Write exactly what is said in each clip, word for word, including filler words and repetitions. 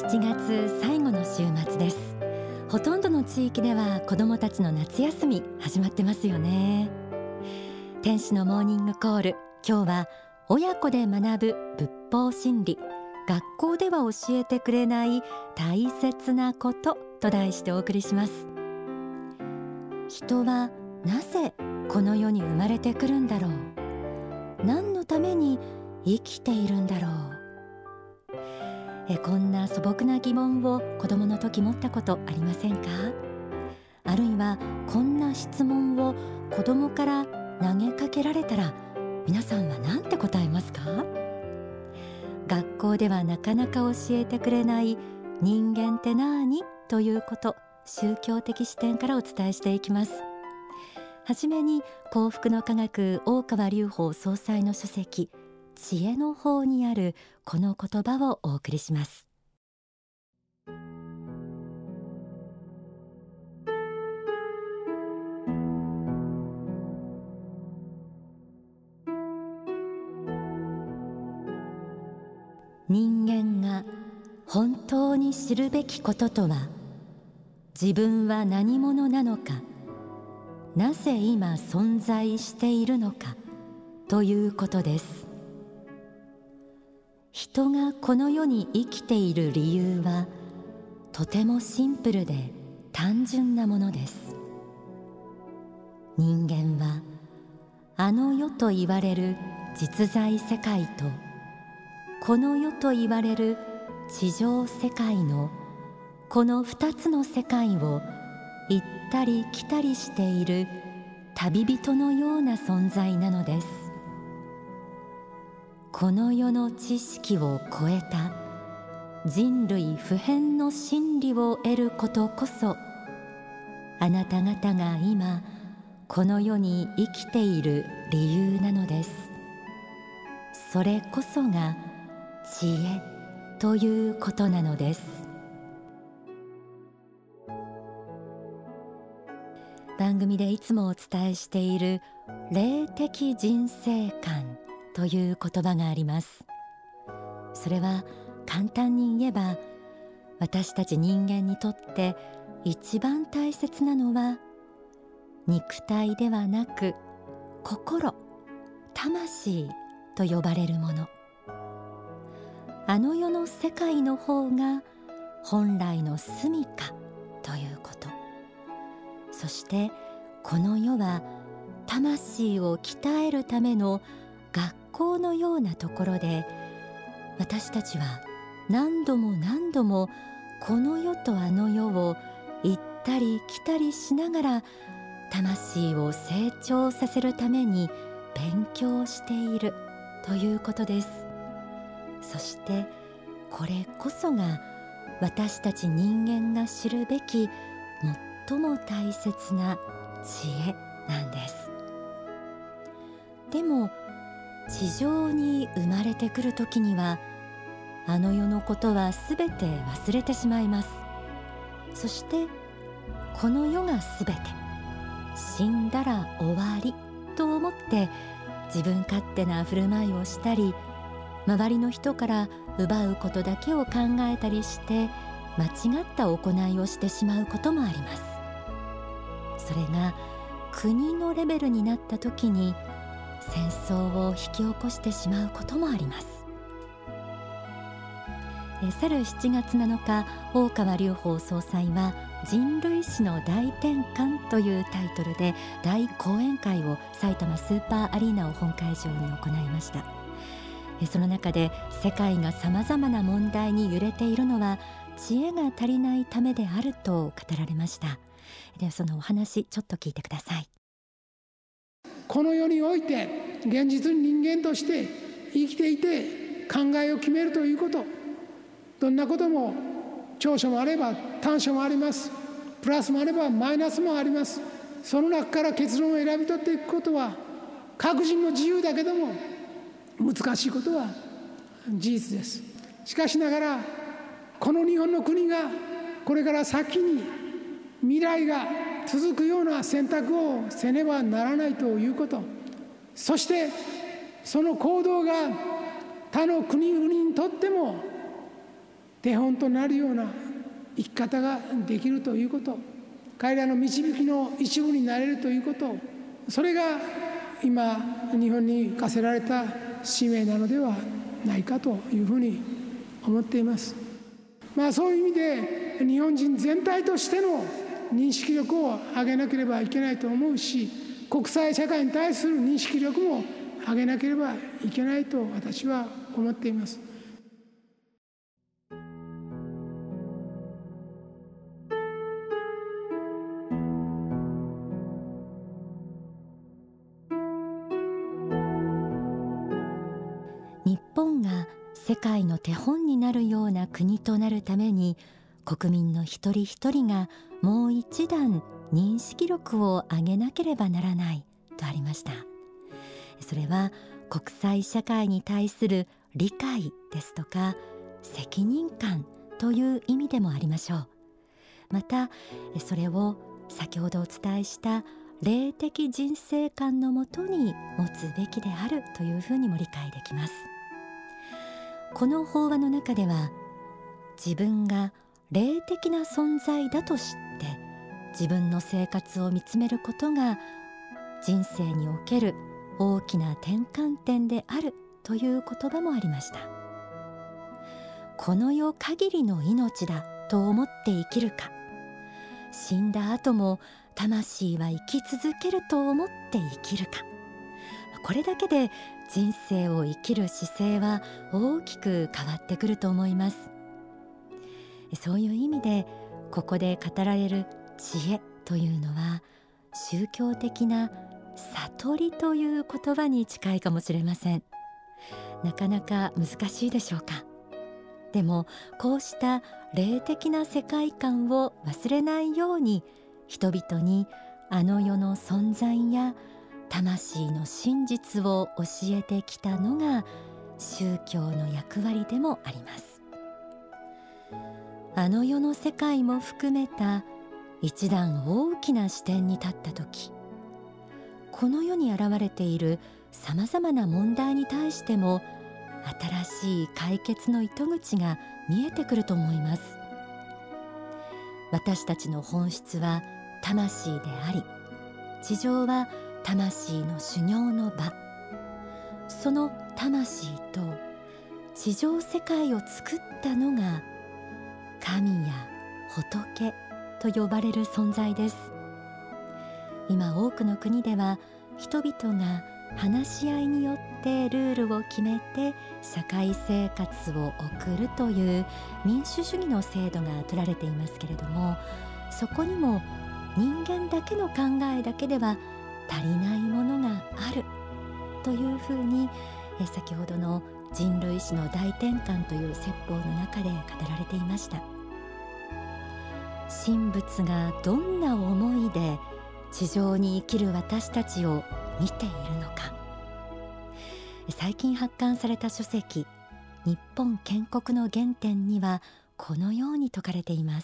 しちがつ最後の週末です。ほとんどの地域では子どもたちの夏休み始まってますよね。天使のモーニングコール、今日は親子で学ぶ仏法真理、学校では教えてくれない大切なことと題してお送りします。人はなぜこの世に生まれてくるんだろう。何のために生きているんだろう。えこんな素朴な疑問を子供の時持ったことありませんか？あるいはこんな質問を子供から投げかけられたら皆さんは何て答えますか？学校ではなかなか教えてくれない人間ってなーにということ、宗教的視点からお伝えしていきます。はじめに幸福の科学大川隆法総裁の書籍知恵の方にあるこの言葉をお送りします。人間が本当に知るべきこととは、自分は何者なのか、なぜ今存在しているのかということです。人がこの世に生きている理由はとてもシンプルで単純なものです。人間はあの世と言われる実在世界とこの世と言われる地上世界のこの二つの世界を行ったり来たりしている旅人のような存在なのです。この世の知識を超えた人類普遍の真理を得ることこそ、あなた方が今この世に生きている理由なのです。それこそが知恵ということなのです。番組でいつもお伝えしている霊的人生観という言葉があります。それは簡単に言えば、私たち人間にとって一番大切なのは肉体ではなく心、魂と呼ばれるもの。あの世の世界の方が本来の住みかということ。そしてこの世は魂を鍛えるための学校のようなところで、私たちは何度も何度もこの世とあの世を行ったり来たりしながら魂を成長させるために勉強しているということです。そしてこれこそが私たち人間が知るべき最も大切な知恵なんです。でも地上に生まれてくるときにはあの世のことはすべて忘れてしまいます。そしてこの世がすべて、死んだら終わりと思って自分勝手な振る舞いをしたり、周りの人から奪うことだけを考えたりして間違った行いをしてしまうこともあります。それが国のレベルになったときに戦争を引き起こしてしまうこともあります。え去るしちがつなのか、大川隆法総裁は人類史の大転換というタイトルで大講演会を埼玉スーパーアリーナを本会場に行いました。えその中で世界がさまざまな問題に揺れているのは知恵が足りないためであると語られました。ではそのお話ちょっと聞いてください。 この世において現実に人間として生きていて考えを決めるということ、どんなことも長所もあれば短所もあります。プラスもあればマイナスもあります。その中から結論を選び取っていくことは各人の自由だけども難しいことは事実です。しかしながらこの日本の国がこれから先に未来が続くような選択をせねばならないということ、そしてその行動が他の国々にとっても手本となるような生き方ができるということ、彼らの導きの一部になれるということ、それが今日本に課せられた使命なのではないかというふうに思っています。まあそういう意味で日本人全体としての認識力を上げなければいけないと思うし、国際社会に対する認識力も上げなければいけないと私は思っています。 日本が世界の手本になるような国となるために、国民の一人一人がもう一段認識力を上げなければならないとありました。それは国際社会に対する理解ですとか責任感という意味でもありましょう。またそれを先ほどお伝えした霊的人生観のもとに持つべきであるというふうにも理解できます。この法話の中では、自分が霊的な存在だと知って自分の生活を見つめることが人生における大きな転換点であるという言葉もありました。この世限りの命だと思って生きるか、死んだ後も魂は生き続けると思って生きるか、これだけで人生を生きる姿勢は大きく変わってくると思います。そういう意味でここで語られる知恵というのは、宗教的な悟りという言葉に近いかもしれません。なかなか難しいでしょうか。でもこうした霊的な世界観を忘れないように、人々にあの世の存在や魂の真実を教えてきたのが宗教の役割でもあります。あの世の世界も含めた一段大きな視点に立ったとき、この世に現れているさまざまな問題に対しても新しい解決の糸口が見えてくると思います。私たちの本質は魂であり、地上は魂の修行の場。その魂と地上世界を作ったのが神や仏と呼ばれる存在です。今多くの国では人々が話し合いによってルールを決めて社会生活を送るという民主主義の制度が取られていますけれども、そこにも人間だけの考えだけでは足りないものがあるというふうに、え先ほどの人類史の大転換という説法の中で語られていました。神仏がどんな思いで地上に生きる私たちを見ているのか。最近発刊された書籍「日本建国の原点」にはこのように説かれています。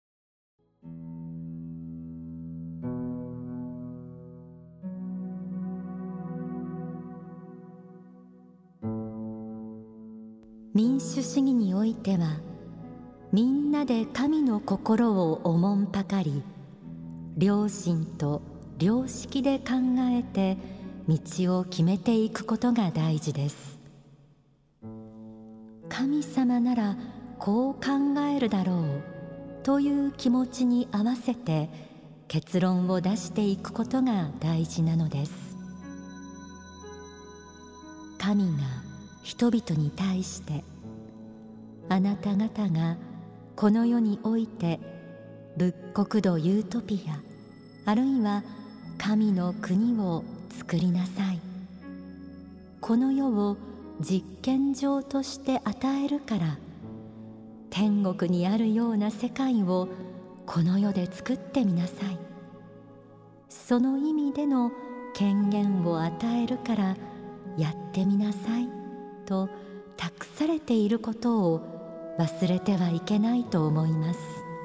民主主義においては、みんなで神の心をおもんぱかり、良心と良識で考えて道を決めていくことが大事です。神様ならこう考えるだろうという気持ちに合わせて結論を出していくことが大事なのです。神が人々に対して、あなた方がこの世において仏国土ユートピア、あるいは神の国を作りなさい。この世を実験場として与えるから、天国にあるような世界をこの世で作ってみなさい。その意味での権限を与えるからやってみなさいと託されていることを忘れてはいけないと思います。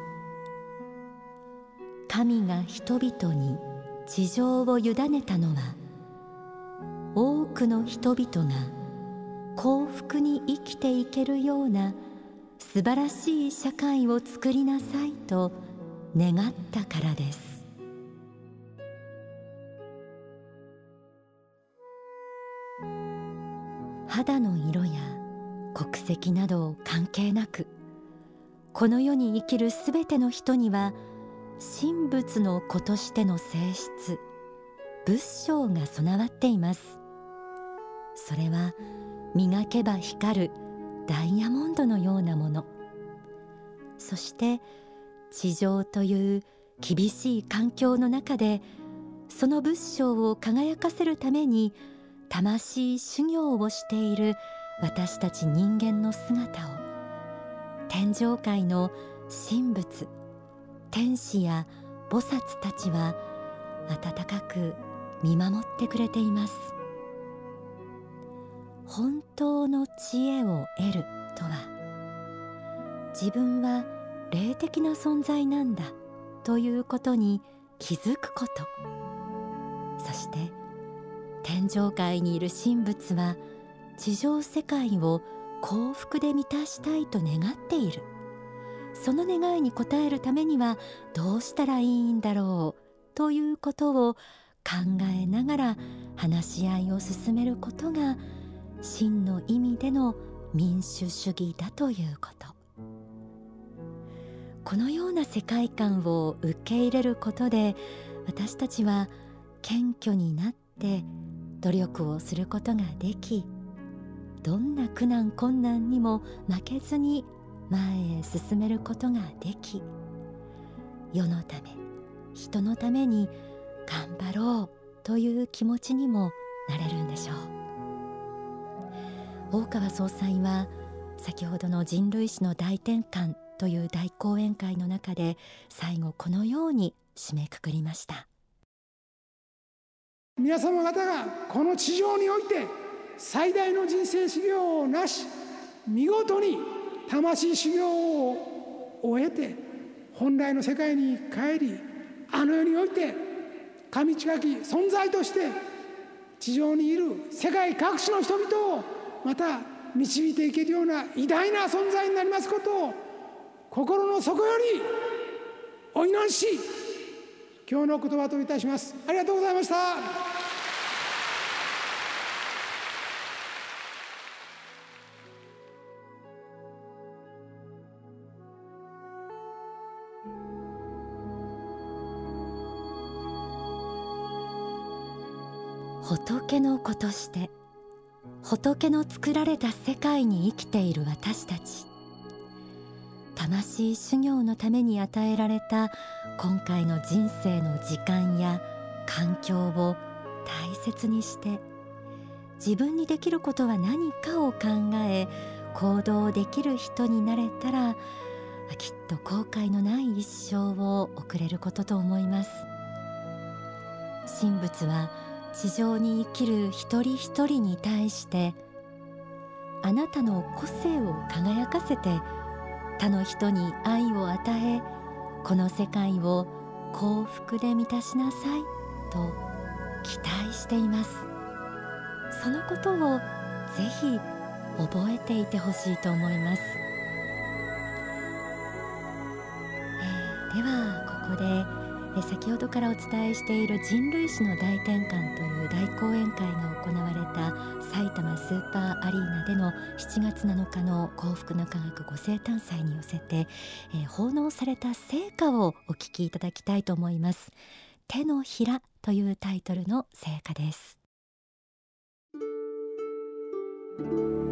神が人々に地上を委ねたのは、多くの人々が幸福に生きていけるような素晴らしい社会を作りなさいと願ったからです。肌の色や国籍など関係なく、この世に生きるすべての人には神仏の子としての性質、仏性が備わっています。それは磨けば光るダイヤモンドのようなもの。そして地上という厳しい環境の中で、その仏性を輝かせるために魂修行をしている私たち人間の姿を、天上界の神仏、天使や菩薩たちは温かく見守ってくれています。本当の知恵を得るとは、自分は霊的な存在なんだということに気づくこと。そして天上界にいる神仏は地上世界を幸福で満たしたいと願っている。その願いに応えるためにはどうしたらいいんだろうということを考えながら話し合いを進めることが真の意味での民主主義だということ。このような世界観を受け入れることで、私たちは謙虚になって努力をすることができ、どんな苦難困難にも負けずに前へ進めることができ、世のため人のために頑張ろうという気持ちにもなれるんでしょう。大川総裁は先ほどの人類史の大転換という大講演会の中で最後このように締めくくりました。 皆様方がこの地上において最大の人生修行をなし、見事に魂修行を終えて本来の世界に帰り、あの世において神近き存在として地上にいる世界各地の人々をまた導いていけるような偉大な存在になりますことを心の底よりお祈りし、今日の言葉といたします。ありがとうございました。 仏の子として仏の作られた世界に生きている私たち、魂修行のために与えられた今回の人生の時間や環境を大切にして、自分にできることは何かを考え行動できる人になれたら、きっと後悔のない一生を送れることと思います。神仏は地上に生きる一人一人に対して、あなたの個性を輝かせて他の人に愛を与え、この世界を幸福で満たしなさいと期待しています。そのことをぜひ覚えていてほしいと思います。えー、ではここでえ先ほどからお伝えしている人類史の大転換という大講演会が行われた埼玉スーパーアリーナでのしちがつなのかの幸福の科学ご生誕祭に寄せて、えー、奉納された聖歌をお聞きいただきたいと思います。手のひらというタイトルの聖歌です。